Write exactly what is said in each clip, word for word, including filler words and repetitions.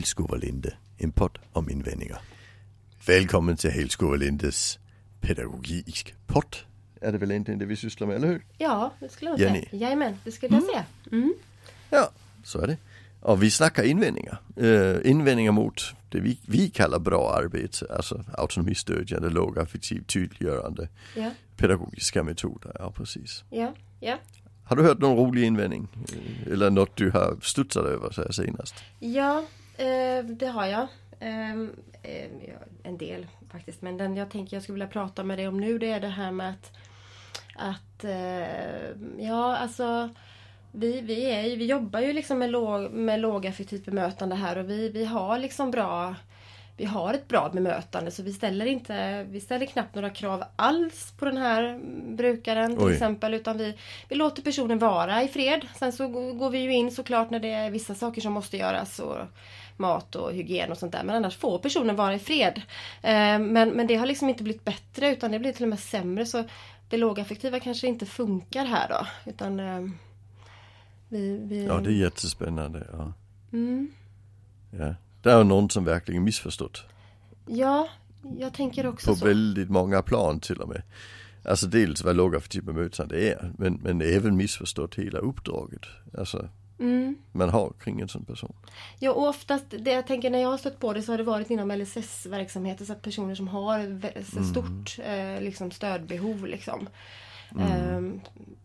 Halskov och Linde, en podd om invändningar. Välkommen till Halskov och Lindes pedagogisk podd. Är det väl inte det vi sysslar med, eller hur? Ja, det skulle jag säga. Jajamän, det skulle jag mm. säga. Mm. Ja, så är det. Och vi snackar invändningar. Uh, invändningar mot det vi, vi kallar bra arbete. Alltså autonomistödjande, lågaffektivt, tydliggörande, ja. pedagogiska metoder. Ja, precis. Ja, ja. Har du hört någon rolig invändning? Eller något du har studsat över så här senast? Ja, eh, det har jag. Eh, eh, en del faktiskt. Men den jag tänker jag skulle vilja prata med dig om nu, det är det här med att, att eh, ja, alltså vi, vi, är, vi jobbar ju liksom med, låg, med lågaffektivt bemötande här, och vi, vi har liksom bra... Vi har ett bra bemötande, så vi ställer inte, vi ställer knappt några krav alls på den här brukaren till Oj. exempel, utan vi, vi låter personen vara i fred. Sen så går vi ju in såklart när det är vissa saker som måste göras, och mat och hygien och sånt där, men annars får personen vara i fred. Eh, men, men det har liksom inte blivit bättre, utan det blir till och med sämre, så det lågaffektiva kanske inte funkar här då, utan eh, vi, vi... Ja, det är jättespännande, ja. Mm. Ja. Det är någon som verkligen missförstått. Ja, jag tänker också på så. På väldigt många plan till och med. Alltså dels vad lågaffektivt bemötande är, men, men även missförstått hela uppdraget. Alltså, mm. man har kring en sån person. Ja, och oftast, det jag tänker när jag har stött på det, så har det varit inom L S S-verksamheter, så att personer som har ett stort mm. eh, liksom stödbehov liksom. Mm. Ehm,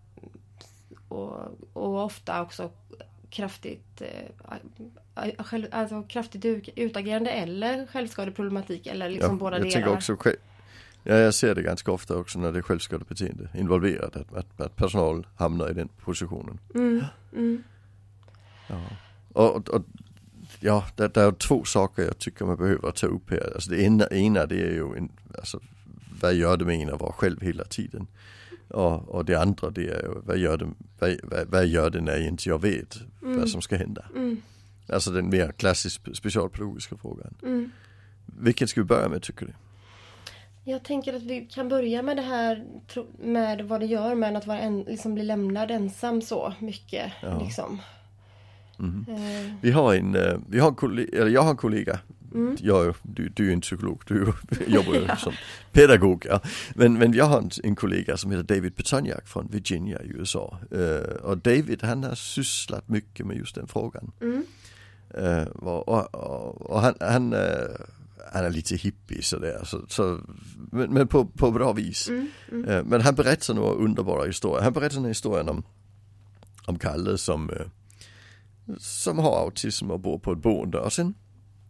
och, och ofta också kraftigt eh, själv, alltså kraftigt utagerande eller självskadeproblematik, eller liksom ja, båda jag delar. Också, ja, jag ser det ganska ofta också när det är självskadebeteende involverat, att, att, att personal hamnar i den positionen. Mm. Mm. Ja. Och, och, och ja, det, det är två saker jag tycker man behöver ta upp här. Alltså det ena, ena det är ju en, alltså, vad gör det med en att vara själv hela tiden? Och, och det andra det är vad gör det, vad, vad, vad gör det när inte jag vet mm. vad som ska hända. Mm. Alltså den mer klassiska specialpedagogiska frågan. Mm. Vilken ska vi börja med, tycker du? Jag tänker att vi kan börja med det här med vad det gör med att vara en, liksom bli lämnad ensam så mycket. Ja. Liksom. Mm. Uh. Vi har en, vi har en kollega, eller jag har en kollega. Mm. Jag, du, du är en psykolog, du jobbar ju ja. som pedagog. Ja. Men, men jag har en, en kollega som heter David Petoniak från Virginia i U S A. Uh, och David, han har sysslat mycket med just den frågan. Mm. Uh, och, och, och, och han, han, uh, han är lite hippie sådär, så, så, men, men på, på bra vis. Mm. Mm. Uh, men han berättar några underbara historier. Han berättar en historia om, om Kalle som, uh, som har autism och bor på ett boende. Och sen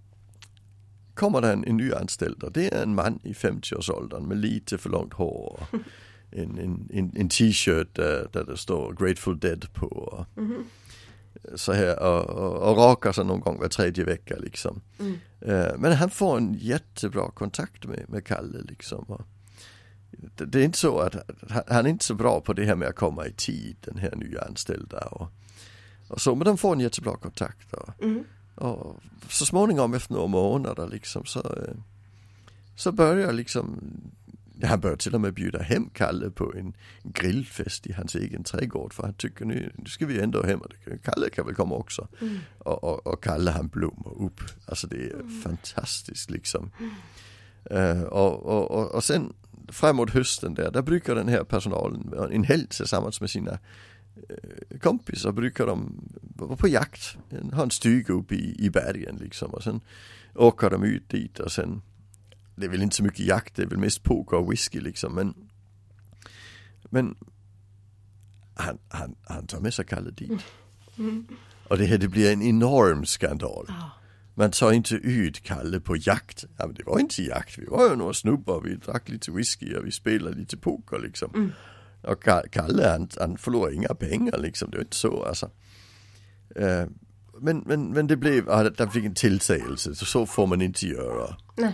kommer det en, en ny anställd, och det är en man i femtio-årsåldern med lite för långt hår, en, en, en, en t-shirt där, där det står Grateful Dead på, mm-hmm. så här, och, och, och rakar sig någon gång var tredje vecka liksom. Mm. Uh, men han får en jättebra kontakt med, med Kalle liksom. Och det, det är inte så att han, han är inte så bra på det här med att komma i tid, den här nya anställda, och, och så, men de får en jättebra kontakt. Och, mm. Och så småningom efter några månader liksom, så, så börjar liksom, han börjar till och med bjuda hem Kalle på en grillfest i hans egen trädgård, för han tycker nu, nu ska vi ändå hem, och Kalle kan väl komma också. Mm. Och, och, och Kalle, han blommar upp, alltså det är mm. fantastiskt liksom. Mm. Uh, och, och, och, och sen framåt hösten där, där brukar den här personalen en helg tillsammans med sina kompisar, brukar de vara på jakt, ha en stuga uppe i, i bergen liksom, och sen åker de ut dit, och sen det är väl inte så mycket jakt, det är väl mest poker och whisky liksom, men men han, han, han tar med sig Kalle dit. Mm. Och det här, det blir en enorm skandal. Oh. Man tar inte ut Kalle på jakt. Ja, men det var inte jakt, vi var ju några snubbar, vi drack lite whisky och vi spelade lite poker liksom. Mm. Och Kalle, han, han förlorar inga pengar liksom, det är inte så alltså. Uh, men, men, men det blev, ja, där fick en tillsägelse, så, så får man inte göra. Nej.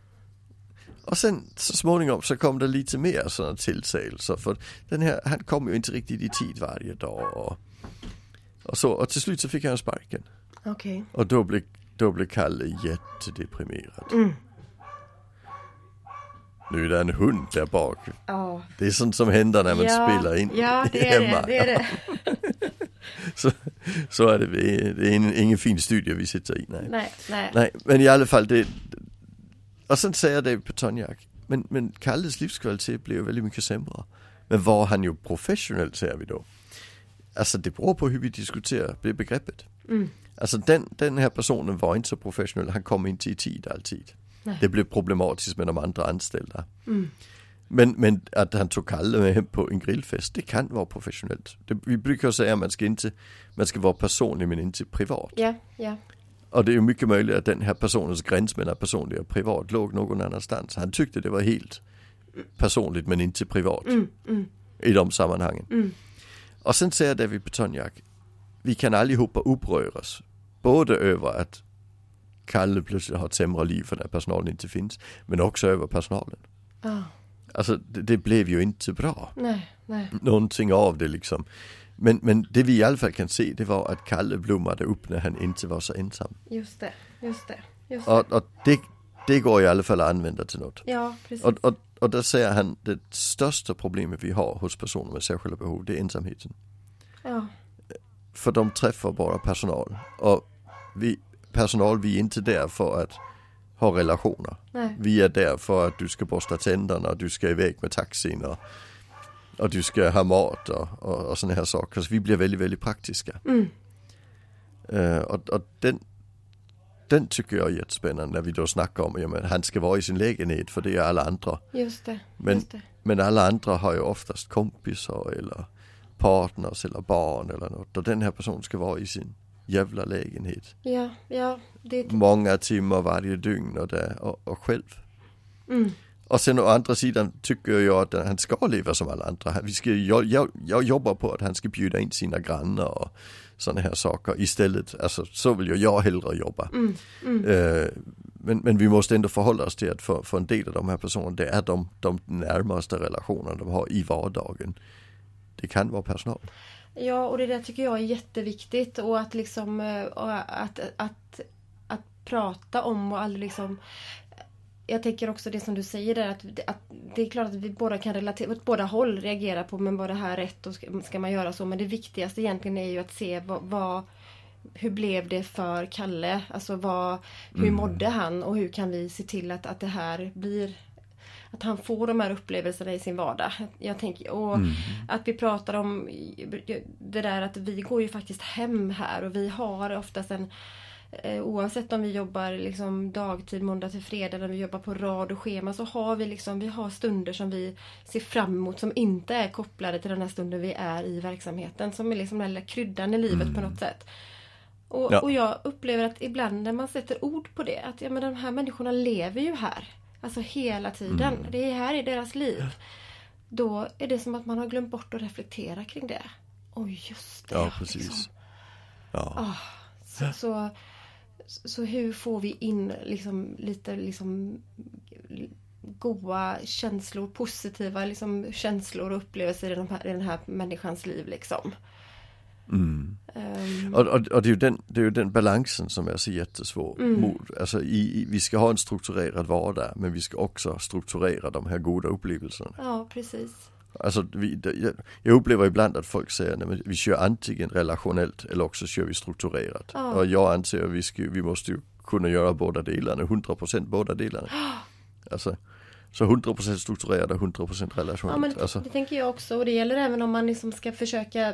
Och sen så småningom så kom det lite mer sådana tillsägelser, för den här, han kom ju inte riktigt i tid varje dag, och, och så, och till slut så fick han sparken. Okej. Okay. Och då blev, då blev Kalle jättedeprimerad. Mm. Nu är det en hund där bak. Oh. Det är sånt som händer när man ja, spelar in ja, det är hemma. det, det är det. så, så är det, det är ingen, ingen fin studie vi sitter i. Nej. Nej, nej. nej men i alla fall, det, och sen säger David Petoniak, men, men Kalles livskvalitet blev väldigt mycket sämre. Men var han ju professionell, säger vi då. Alltså det beror på hur vi diskuterar det begreppet. Mm. Alltså den, den här personen var inte så professionell, han kom inte i tid alltid. Nej. Det blev problematiskt med de andra anställda. Mm. Men, men att han tog Kalle med hem på en grillfest, det kan vara professionellt. Det, vi brukar säga att man ska, inte, man ska vara personlig men inte privat. Ja, ja. Och det är ju mycket möjligt att den här personens gräns mellan personlig och privat låg någon annanstans. Han tyckte det var helt personligt men inte privat mm, mm. i de sammanhangen. Mm. Och sen säger David Petoniak, vi kan allihopa uppröras både över att Kalle plötsligt har ett sämre liv för när personalen inte finns, men också över personalen. Oh. Alltså det, det blev ju inte bra. Nej, nej. Någonting av det liksom. Men, men det vi i alla fall kan se, det var att Kalle blommade upp när han inte var så ensam. Just det, just det. Just det. Och, och det, det går i alla fall att använda till något. Ja, precis. Och, och, och där säger han, det största problemet vi har hos personer med särskilda behov, det är ensamheten. Ja. För de träffar bara personal. Och vi, personal, vi är inte där för att ha relationer. Nej. Vi är där för att du ska borsta tänderna, du ska iväg med taxin och, och du ska ha mat och, och, och såna här saker. Så vi blir väldigt, väldigt praktiska. Mm. Uh, och och den, den tycker jag är jättespännande när vi då snackar om att ja, han ska vara i sin lägenhet för det är alla andra. Just det, men, just det. Men alla andra har ju oftast kompisar eller partners eller barn eller något. Och den här personen ska vara i sin jävla lägenhet. Ja, ja. Det... Många timmar varje dygn och, det, och, och själv. Mm. Och sen å andra sidan tycker jag att han ska leva som alla andra. Vi ska, jag, jag, jag jobbar på att han ska bjuda in sina grannar och sådana här saker istället. Alltså så vill jag, jag hellre jobba. Mm. Mm. Uh, men, men vi måste ändå förhålla oss till att för, för en del av de här personerna, det är de, de närmaste relationerna de har i vardagen. Det kan vara personal. Ja, och det där tycker jag är jätteviktigt. Och att liksom och att, att, att prata om och aldrig liksom... Jag tänker också det som du säger där, att, att det är klart att vi båda kan relatera, åt båda håll reagera på, men vad det här rätt och ska, ska man göra så. Men det viktigaste egentligen är ju att se vad, vad hur blev det för Kalle? Alltså vad, hur mm. mådde han och hur kan vi se till att, att det här blir... Att han får de här upplevelserna i sin vardag. Jag tänker, och mm. att vi pratar om det där att vi går ju faktiskt hem här. Och vi har oftast en, oavsett om vi jobbar liksom dagtid, måndag till fredag, eller vi jobbar på rad och schema, så har vi liksom, vi har stunder som vi ser fram emot som inte är kopplade till den här stunden vi är i verksamheten. Som är liksom den lilla kryddan i livet mm. på något sätt. Och, ja. och jag upplever att ibland när man sätter ord på det, att ja, men de här människorna lever ju här. Alltså hela tiden. Mm. Det är här i deras liv. Då är det som att man har glömt bort att reflektera kring det. Oj, just det. Ja, precis. Liksom. Ja. Ah, så, så, så hur får vi in liksom, lite liksom, goda känslor, positiva liksom, känslor och upplevelser i den här, i den här människans liv liksom. Mm. Um. Och, och, och det är ju den, det är ju den balansen som är så jättesvår. Mm. Mot, alltså i, i, vi ska ha en strukturerad vardag, men vi ska också strukturera de här goda upplevelserna. Ja, precis. Alltså vi, jag, jag upplever ibland att folk säger att vi kör antingen relationellt eller också kör vi strukturerat. Ja. Och jag anser att vi, ska, vi måste ju kunna göra båda delarna, hundra procent båda delarna. Alltså så hundra procent strukturerad och hundra procent relationellt. Ja, men det, alltså. det tänker jag också. Och det gäller även om man liksom ska försöka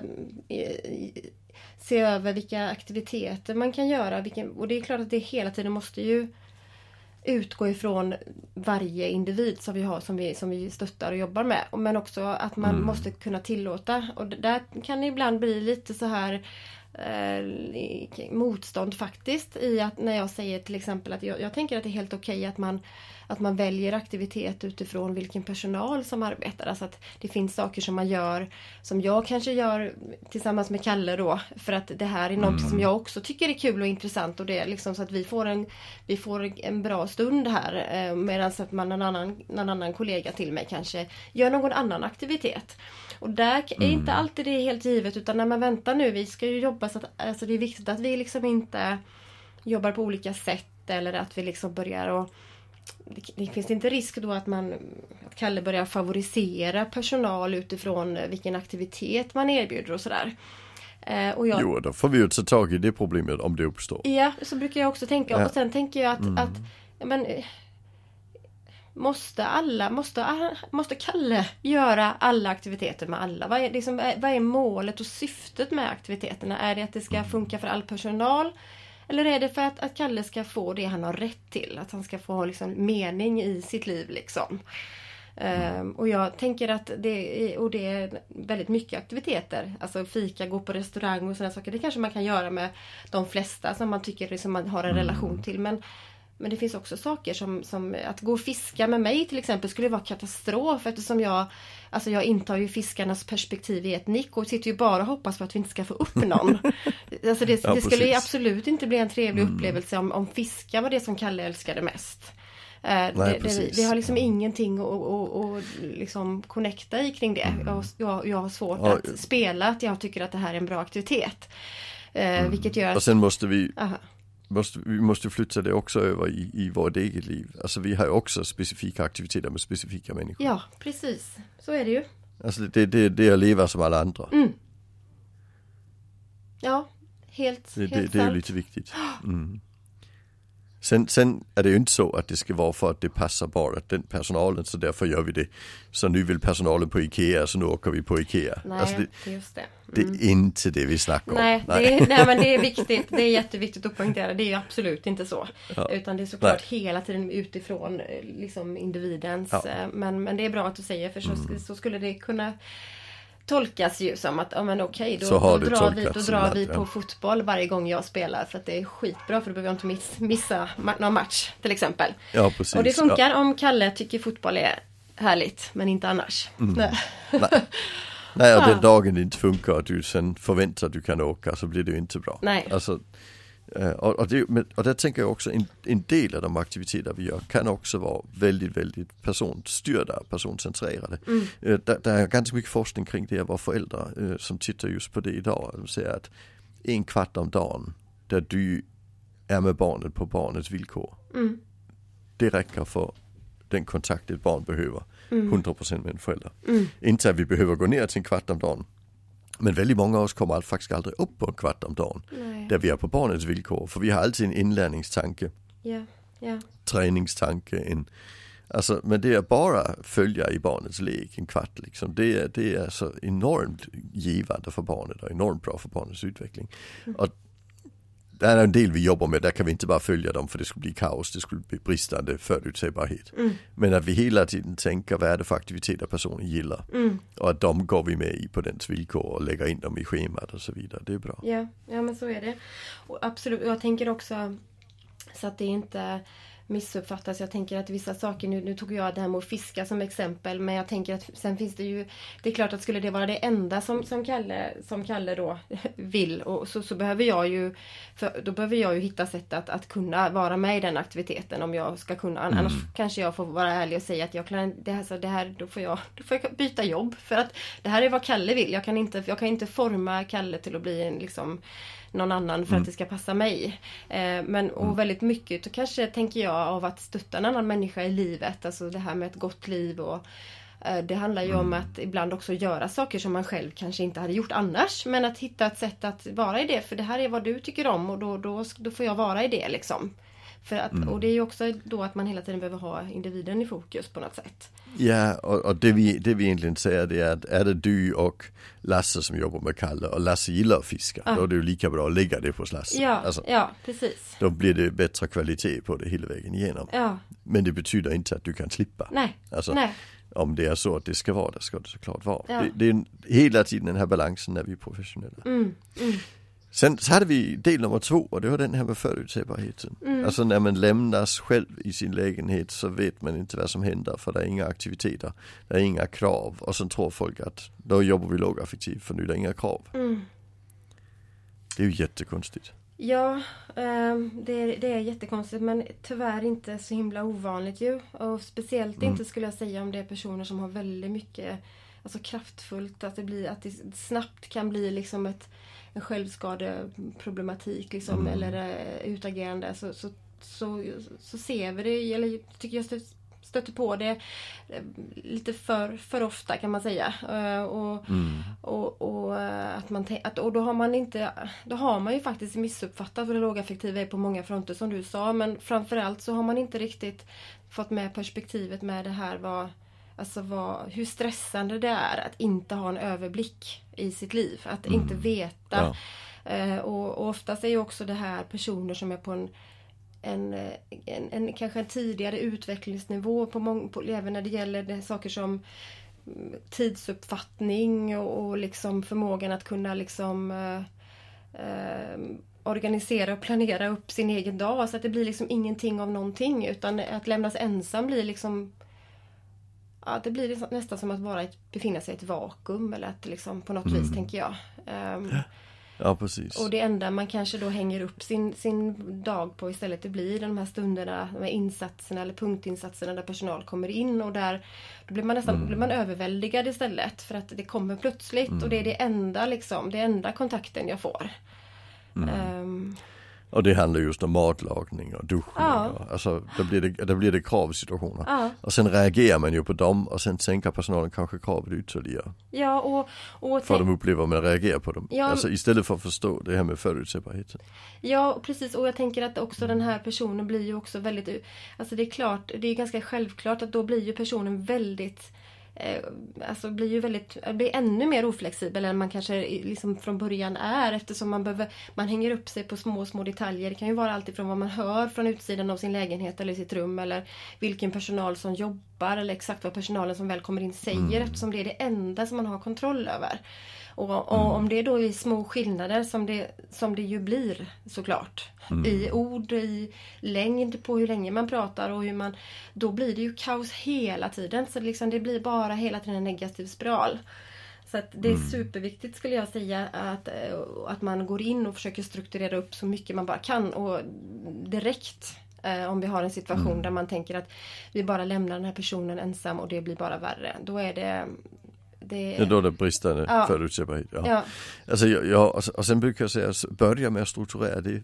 se över vilka aktiviteter man kan göra. Vilken, och det är klart att det hela tiden måste ju utgå ifrån varje individ som vi har, som vi, som vi stöttar och jobbar med. Men också att man mm. måste kunna tillåta. Och det där kan det ibland bli lite så här eh, motstånd faktiskt. I att när jag säger till exempel att jag, jag tänker att det är helt okej att man att man väljer aktivitet utifrån vilken personal som arbetar. Alltså att det finns saker som man gör, som jag kanske gör tillsammans med Kalle då, för att det här är något mm. som jag också tycker är kul och intressant, och det är liksom så att vi får en, vi får en bra stund här, eh, medan att man någon annan, någon annan kollega till mig kanske gör någon annan aktivitet. Och där är mm. inte alltid det helt givet, utan när man väntar nu, vi ska ju jobba så att, alltså det är viktigt att vi liksom inte jobbar på olika sätt, eller att vi liksom börjar och det finns inte risk då att man att Kalle börjar favorisera personal utifrån vilken aktivitet man erbjuder och sådär. Eh, och jag, jo, då får vi ju ta tag i det problemet om det uppstår. Ja, så brukar jag också tänka. Ja. Och sen tänker jag att, Mm. att men, måste alla, måste, måste Kalle göra alla aktiviteter med alla? Vad är, liksom, vad är målet och syftet med aktiviteterna? Är det att det ska funka för all personal? Eller är det för att, att Kalle ska få det han har rätt till? Att han ska få liksom, mening i sitt liv liksom. Mm. Um, och jag tänker att det är, och det är väldigt mycket aktiviteter. Alltså fika, gå på restaurang och sådana saker. Det kanske man kan göra med de flesta som man tycker liksom, man har en mm. relation till. Men Men det finns också saker som, som att gå och fiska med mig till exempel skulle vara katastrof eftersom jag, alltså jag intar ju fiskarnas perspektiv i ett nick och sitter ju bara och hoppas på att vi inte ska få upp någon. Alltså det, ja, det skulle ju absolut inte bli en trevlig mm. upplevelse om, om fiska var det som Kalle älskade mest. Uh, Nej, det, det, vi har liksom ingenting att och, och, liksom connecta i kring det. Mm. Jag, jag, jag har svårt ja, att spela att jag tycker att det här är en bra aktivitet. Uh, mm. Vilket gör att... Och sen måste vi... Aha. Måste, vi måste flytta det också över i, i vårt eget liv. Alltså vi har ju också specifika aktiviteter med specifika människor. Ja, precis. Så är det ju. Alltså det, det, det är att leva som alla andra. Mm. Ja, helt, det, helt det, sant. Det är lite viktigt. Mm. Sen, sen är det ju inte så att det ska vara för att det passar bara den personalen så därför gör vi det. Så nu vill personalen på Ikea så nu åker vi på Ikea. Nej, alltså det, det är just det. Mm. Det är inte det vi snackar om. Nej, nej. Det är, nej, men det är viktigt. Det är jätteviktigt att poängtera. Det är ju absolut inte så. Ja. Utan det är såklart nej. hela tiden utifrån liksom individens. Ja. Men, men det är bra att du säger för så, mm. så skulle det kunna tolkas ju som att, ja men okej, då, då drar vi, då drar vi på ja. fotboll varje gång jag spelar för att det är skitbra för då behöver jag inte miss, missa någon match till exempel. Ja, precis. Och det funkar ja. om Kalle tycker fotboll är härligt men inte annars. Mm. Nej. Nej. Nej, och ja. den dagen det inte funkar och du sen förväntar att du kan åka så blir det ju inte bra. Nej. Alltså, och, och, det, och där tänker jag också en, en del av de aktiviteter vi gör kan också vara väldigt, väldigt personstyrda, personcentrerade. Mm. Där, där är ganska mycket forskning kring det, var föräldrar som tittar just på det idag. De säger att en kvart om dagen där du är med barnet på barnets villkor. Mm. Det räcker för den kontakt ett barn behöver. Mm. hundra procent med en förälder. Mm. Inte att vi behöver gå ner till en kvart om dagen. Men väldigt många av oss kommer faktiskt aldrig upp på en kvart om dagen. Nej. Där vi är på barnets villkor. För vi har alltid en inlärningstanke. Yeah. Yeah. Träningstanke. En, alltså, men det är bara följa i barnets lek en kvart. Liksom. Det, är, det är så enormt givande för barnet och enormt bra för barnets utveckling. Mm. Och det är en del vi jobbar med, där kan vi inte bara följa dem för det skulle bli kaos, det skulle bli bristande förutsägbarhet. Mm. Men att vi hela tiden tänker vad är det för aktiviteter personen gillar. Mm. Och att de går vi med i på dens villkor och lägger in dem i schemat och så vidare. Det är bra. Ja, ja men så är det. Och absolut, jag tänker också så att det inte missuppfattas. Jag tänker att vissa saker, nu, nu tog jag det här med att fiska som exempel, men jag tänker att sen finns det ju, det är klart att skulle det vara det enda som, som, Kalle, som Kalle då vill och så, så behöver jag ju, för då behöver jag ju hitta sätt att, att kunna vara med i den aktiviteten om jag ska kunna, mm. annars kanske jag får vara ärlig och säga att jag klarar det här, så det här då får jag, då får jag byta jobb för att det här är vad Kalle vill. Jag kan inte, jag kan inte forma Kalle till att bli en liksom någon annan för mm. att det ska passa mig. Eh, men och väldigt mycket, och kanske tänker jag av att stötta en annan människa i livet. Alltså det här med ett gott liv och eh, det handlar ju mm. om att ibland också göra saker som man själv kanske inte hade gjort annars. Men att hitta ett sätt att vara i det. För det här är vad du tycker om och då, då, då får jag vara i det liksom. För att, mm. Och det är ju också då att man hela tiden behöver ha individen i fokus på något sätt. Ja, och, och det, vi, det vi egentligen säger det är att är det du och Lasse som jobbar med Kalle och Lasse gillar att fiska, ja. Då är det ju lika bra att lägga det på Lasse. Ja, alltså, ja, precis. Då blir det bättre kvalitet på det hela vägen igenom. Ja. Men det betyder inte att du kan slippa. Nej, alltså, nej. Om det är så att det ska vara, det ska det såklart vara. Ja. Det, det är en, hela tiden den här balansen när vi är professionella. Mm, mm. Sen så hade vi del nummer två och det var den här med förutsägbarheten. Mm. Alltså när man lämnas själv i sin lägenhet så vet man inte vad som händer för det är inga aktiviteter, det är inga krav och sen tror folk att då jobbar vi lågaffektivt för nu är det inga krav. Mm. Det är ju jättekonstigt. Ja, det är, det är jättekonstigt men tyvärr inte så himla ovanligt ju. Och speciellt mm. inte skulle jag säga om det är personer som har väldigt mycket alltså kraftfullt, att det blir att det snabbt kan bli liksom ett en självskadeproblematik liksom, mm. eller uh, utagerande så, så, så, så ser vi det, eller tycker jag stöter på det lite för, för ofta kan man säga uh, och, mm. och, och uh, att man att, och då har man inte, då har man ju faktiskt missuppfattat vad det lågaffektiva är på många fronter som du sa, men framförallt så har man inte riktigt fått med perspektivet med det här vad, alltså vad, hur stressande det är att inte ha en överblick i sitt liv, att mm. inte veta. Ja. Eh, och, och oftast är ju också det här personer som är på en En, en, en kanske en tidigare utvecklingsnivå på mång, på, även när det gäller det, saker som tidsuppfattning och, och liksom förmågan att kunna liksom eh, eh, organisera och planera upp sin egen dag, så att det blir liksom ingenting av någonting, utan att lämnas ensam blir liksom, ja, det blir liksom nästan som att bara befinna sig i ett vakuum, eller att liksom på något mm. vis, tänker jag. Um, Ja, precis. Och det enda man kanske då hänger upp sin, sin dag på istället, det blir de här stunderna, de här insatserna eller punktinsatserna där personal kommer in, och där då blir man nästan mm. blir man överväldigad istället, för att det kommer plötsligt mm. och det är det enda liksom, det enda kontakten jag får. Mm. Um, Och det handlar just om matlagning och duschning. Ja. Och, alltså, då blir det, då blir det kravsituationer. Ja. Och sen reagerar man ju på dem, och sen sänker personalen kanske kravet ytterligare. Ja, och, och för att de upplever att man reagerar på dem. Ja. Alltså istället för att förstå det här med förutsägbarheten. Ja, precis. Och jag tänker att också den här personen blir ju också väldigt, alltså det är klart, det är ganska självklart att då blir ju personen väldigt Eh, alltså blir ju väldigt, blir ännu mer oflexibel än man kanske liksom från början är, eftersom man behöver, man hänger upp sig på små små detaljer. Det kan ju vara allt ifrån vad man hör från utsidan av sin lägenhet eller sitt rum, eller vilken personal som jobbar, eller exakt vad personalen som väl kommer in säger, mm. eftersom det är det enda som man har kontroll över. Och, och mm. om det då är små skillnader som det, som det ju blir såklart. Mm. I ord, i längd på hur länge man pratar och hur man, då blir det ju kaos hela tiden. Så liksom det blir bara hela tiden en negativ spiral. Så att det är mm. superviktigt, skulle jag säga, att, att man går in och försöker strukturera upp så mycket man bara kan. Och direkt, eh, om vi har en situation mm. där man tänker att vi bara lämnar den här personen ensam och det blir bara värre. Då är det... Det är då det bristande ja. förutsägbarhet. Ja. Ja. Alltså, ja, och sen brukar jag säga, börja med att strukturera det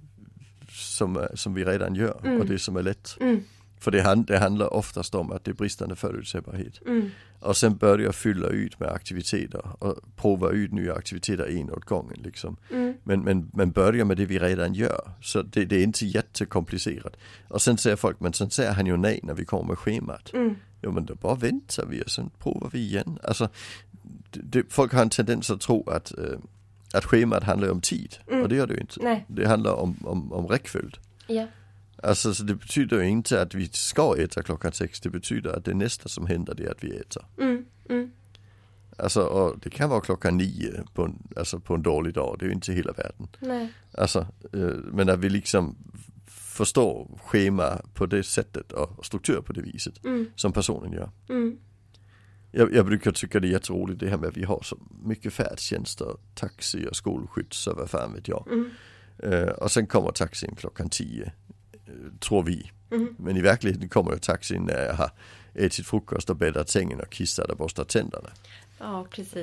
som, som vi redan gör mm. och det som är lätt. Mm. För det, hand, det handlar oftast om att det är bristande förutsägbarhet. Mm. Och sen börja fylla ut med aktiviteter och prova ut nya aktiviteter en åt gången. Liksom. Mm. Men, men, men börja med det vi redan gör. Så det, det är inte jättekomplicerat. Och sen säger folk, men sen säger han ju nej när vi kommer med schemat. Mm. Jo, men då bara väntar vi och sen provar vi igen. Alltså, det, det, folk har en tendens att tro att, äh, att schemat handlar om tid. Mm. Och det gör det ju inte. Nej. Det handlar om, om, om räckföljd. Ja. Alltså, så det betyder ju inte att vi ska äta klockan sex. Det betyder att det nästa som händer det är att vi äter. Mm. Mm. Alltså, och det kan vara klockan nio på en, alltså på en dålig dag. Det är ju inte hela världen. Nej. Alltså, äh, men att vi liksom förstår schema på det sättet och struktur på det viset mm. som personen gör. Mm. Jag, jag brukar tycka det är jätteroligt det här med att vi har så mycket färdtjänster, taxi och skolskjuts och vad fan vet jag. Mm. Uh, och sen kommer taxin klockan tio, uh, tror vi. Mm. Men i verkligheten kommer ju taxin när jag har ätit frukost och bäddat sängen och kissat och borstat tänderna. Ja, precis.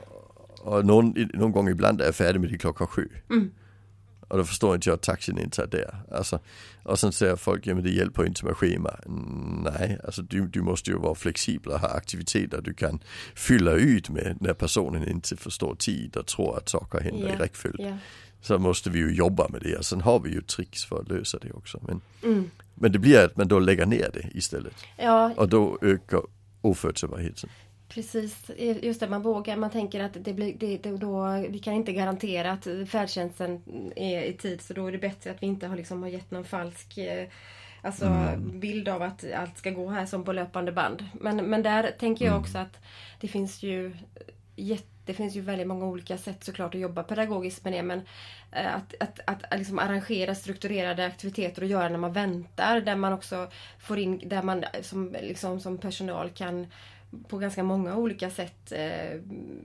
Och, och någon, någon gång ibland är jag färdig med det klockan sju. Mm. Och då förstår inte jag att taxin inte är där. Alltså, och sen säger folk, ja men det hjälper inte med schema. Nej, alltså du, du måste ju vara flexibel och ha aktiviteter du kan fylla ut med när personen inte förstår tid och tror att saker händer yeah. i räckföljd. Yeah. Så måste vi ju jobba med det. Och sen har vi ju tricks för att lösa det också. Men, mm. men det blir att man då lägger ner det istället. Ja. Och då ökar oförutsägbarheten. Precis, just det, man vågar, man tänker att det blir, det, det, då, vi kan inte garantera att färdtjänsten är i tid, så då är det bättre att vi inte har, liksom, har gett någon falsk alltså, mm. bild av att allt ska gå här som på löpande band. Men, men där tänker jag också att det finns ju jätte Det finns ju väldigt många olika sätt såklart att jobba pedagogiskt med det, men att, att, att, att liksom arrangera strukturerade aktiviteter och göra när man väntar, där man också får in, där man som, liksom, som personal kan på ganska många olika sätt eh,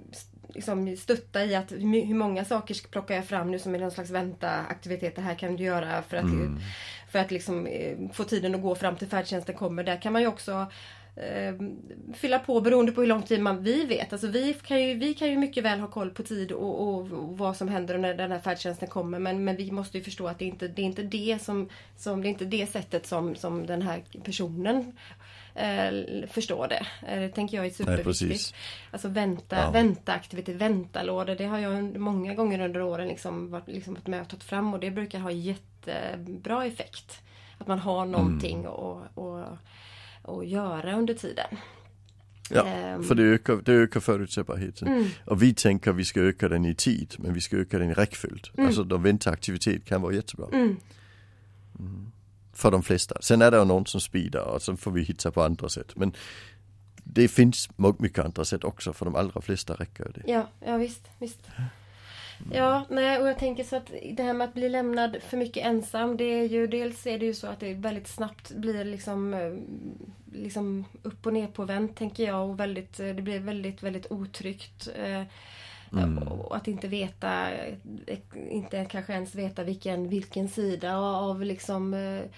liksom stötta i att hur, hur många saker plockar jag fram nu som är någon slags vänta-aktivitet, det här kan du göra för att, mm. för att liksom, eh, få tiden att gå fram till färdtjänsten kommer. Där kan man ju också eh, fylla på beroende på hur lång tid man vi vet. Alltså vi kan ju, vi kan ju mycket väl ha koll på tid och, och, och vad som händer när den här färdtjänsten kommer, men, men vi måste ju förstå att det är inte det, är inte det som, som det är inte det sättet som, som den här personen eh, förstå det. Eh, det tänker jag är superviktigt. Nej, alltså vänta, ja. vänta aktivitet, vänta lådor. Det har jag många gånger under åren liksom varit, liksom varit med och tagit fram, och det brukar ha jättebra effekt. Att man har någonting mm. att, att, att göra under tiden. Ja, um, för det ökar, det ökar förutsägbarheten. Mm. Och vi tänker att vi ska öka den i tid, men vi ska öka den i räckföljd. Mm. Alltså då vänteaktivitet kan vara jättebra. Mm. Mm. För de flesta. Sen är det någon som speedar, och så får vi hitta på andra sätt. Men det finns mycket andra sätt också, för de allra flesta räcker det. Ja, ja visst, visst. Ja, nej, och jag tänker så att det här med att bli lämnad för mycket ensam, det är ju, dels är det ju så att det väldigt snabbt blir liksom, liksom upp och ner på vänt, tänker jag, och väldigt, det blir väldigt, väldigt otryggt. Mm. Och att inte veta, inte kanske ens veta vilken, vilken sida av liksom,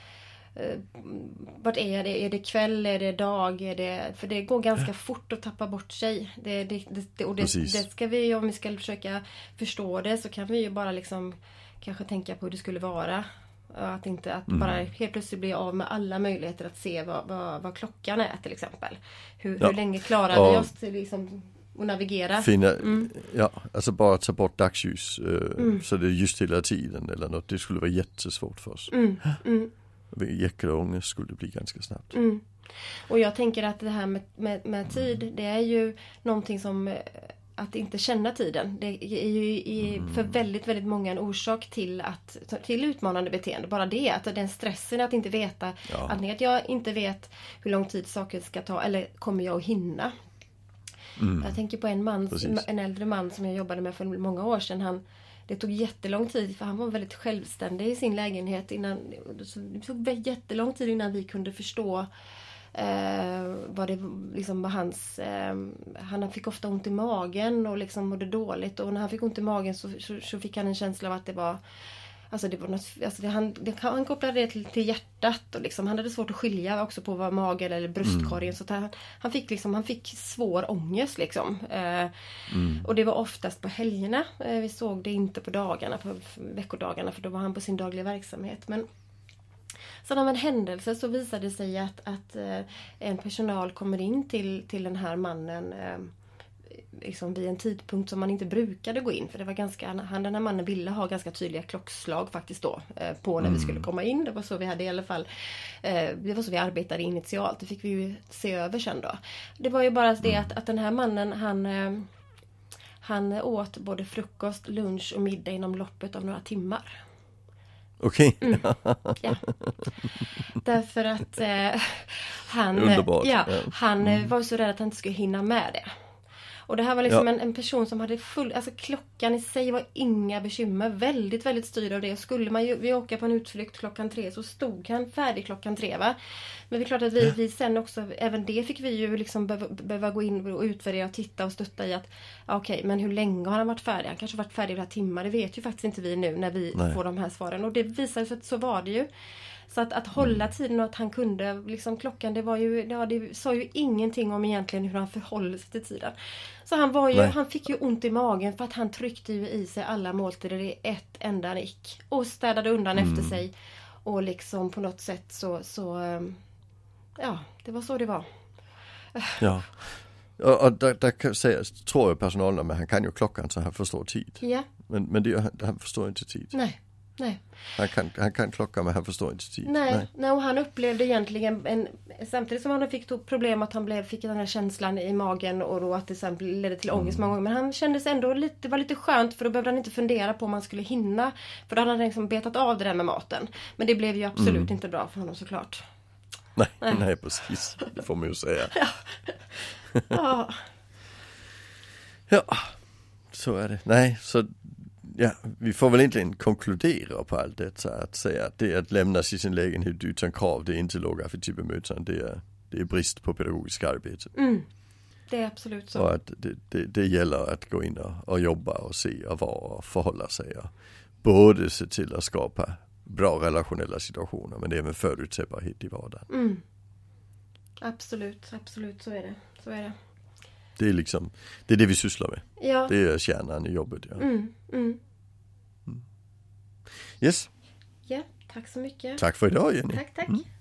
vart är det? Är det kväll? Är det dag? Är det, för det går ganska fort att tappa bort sig. Det, det, det, och det, det ska vi, om vi ska försöka förstå det, så kan vi ju bara liksom kanske tänka på hur det skulle vara. Att inte att mm. bara helt plötsligt bli av med alla möjligheter att se vad, vad, vad klockan är till exempel. Hur, ja. hur länge klarar ja. vi oss till liksom och navigera. Fina, mm. Ja, alltså bara ta bort dagsljus uh, mm. så det är just hela tiden eller något. Det skulle vara jättesvårt för oss. Mm. Mm. Jäkla skulle det bli ganska snabbt. Mm. Och jag tänker att det här med, med, med tid, det är ju någonting som, att inte känna tiden. Det är ju i, för väldigt, väldigt många en orsak till, att, till utmanande beteende. Bara det, att den stressen att inte veta, ja. att jag inte vet hur lång tid saker ska ta, eller kommer jag att hinna. Mm. Jag tänker på en man, en äldre man som jag jobbade med för många år sedan. Han, det tog jättelång tid, för han var väldigt självständig i sin lägenhet innan. Det tog jättelång tid innan vi kunde förstå eh, vad det liksom var hans. Eh, han fick ofta ont i magen och liksom mådde dåligt, och när han fick ont i magen så, så, så fick han en känsla av att det var. Alltså det var något, alltså det, han, det, han kopplade det till, till hjärtat, och liksom, han hade svårt att skilja också på vad magen eller bröstkorgen. Mm. Så han, han, fick liksom, han fick svår ångest liksom. Eh, mm. Och det var oftast på helgerna. Eh, vi såg det inte på dagarna, på veckodagarna, för då var han på sin dagliga verksamhet. Men sen av en händelse så visade det sig att, att eh, en personal kommer in till, till den här mannen eh, liksom vid en tidpunkt som man inte brukade gå in, för det var ganska, han, den här mannen ville ha ganska tydliga klockslag faktiskt då eh, på när mm. vi skulle komma in. Det var så vi hade i alla fall eh, det var så vi arbetade initialt. Det fick vi ju se över sen då. Det var ju bara det att, att den här mannen, han eh, han åt både frukost, lunch och middag inom loppet av några timmar. Okej. Okay. Mm. Ja. Därför att eh, han, Underbart. Ja, ja. han mm. var så rädd att han inte skulle hinna med det. Och det här var liksom ja. en, en person som hade full, alltså klockan i sig var inga bekymmer, väldigt, väldigt styrd av det. Och skulle man ju, vi åka på en utflykt klockan tre, så stod han färdig klockan tre, va? Men det är klart att vi, ja. vi sen också, även det fick vi ju liksom behöva, behöva gå in och utvärdera och titta och stötta i att, ja, okej, okay, men hur länge har han varit färdig? Han kanske varit färdig i några timmar, det vet ju faktiskt inte vi nu när vi Nej. får de här svaren. Och det visar sig att så var det ju. Så att, att hålla tiden och att han kunde, liksom klockan, det var ju, ja, det sa ju ingenting om egentligen hur han förhåller sig till tiden. Så han var ju, Nej. han fick ju ont i magen för att han tryckte ju i sig alla måltider i ett enda nick. Och städade undan mm. efter sig. Och liksom på något sätt så, så, ja, det var så det var. Ja. Och, och där, där kan säga, tror jag personalen, men han kan ju klockan så han förstår tid. Ja. Men, men det, han förstår inte tid. Nej. Nej. Han kan, han kan klocka, men han förstår inte tid. Nej, Nej. Nej, och han upplevde egentligen en, samtidigt som han fick problem att han blev, fick den här känslan i magen och då att det sen ledde till ångest mm. många gånger. Men han kände sig ändå lite, det var lite skönt, för då behövde han inte fundera på om han skulle hinna. För då hade han liksom betat av det där med maten. Men det blev ju absolut mm. inte bra för honom såklart. Nej, nej. nej precis. Det får man ju säga. Ja. Ja. Ja, så är det. Nej, så ja, vi får väl egentligen konkludera på allt det, så att säga att det att lämna sig sin lägenhet utan krav, det är inte lågaffektiv bemötande, det är, det är brist på pedagogisk arbete. Mm. Det är absolut så. Och att det, det, det gäller att gå in och, och jobba och se och vara och förhålla sig och både se till att skapa bra relationella situationer, men även förutsägbarhet i vardagen. Mm. Absolut, absolut, så är det. Så är det. Det är liksom, det är det vi sysslar med. Ja. Det är kärnan i jobbet. Ja. Mm, mm. Mm. Yes. Ja, tack så mycket. Tack för idag, Jenny. Tack, tack. Mm.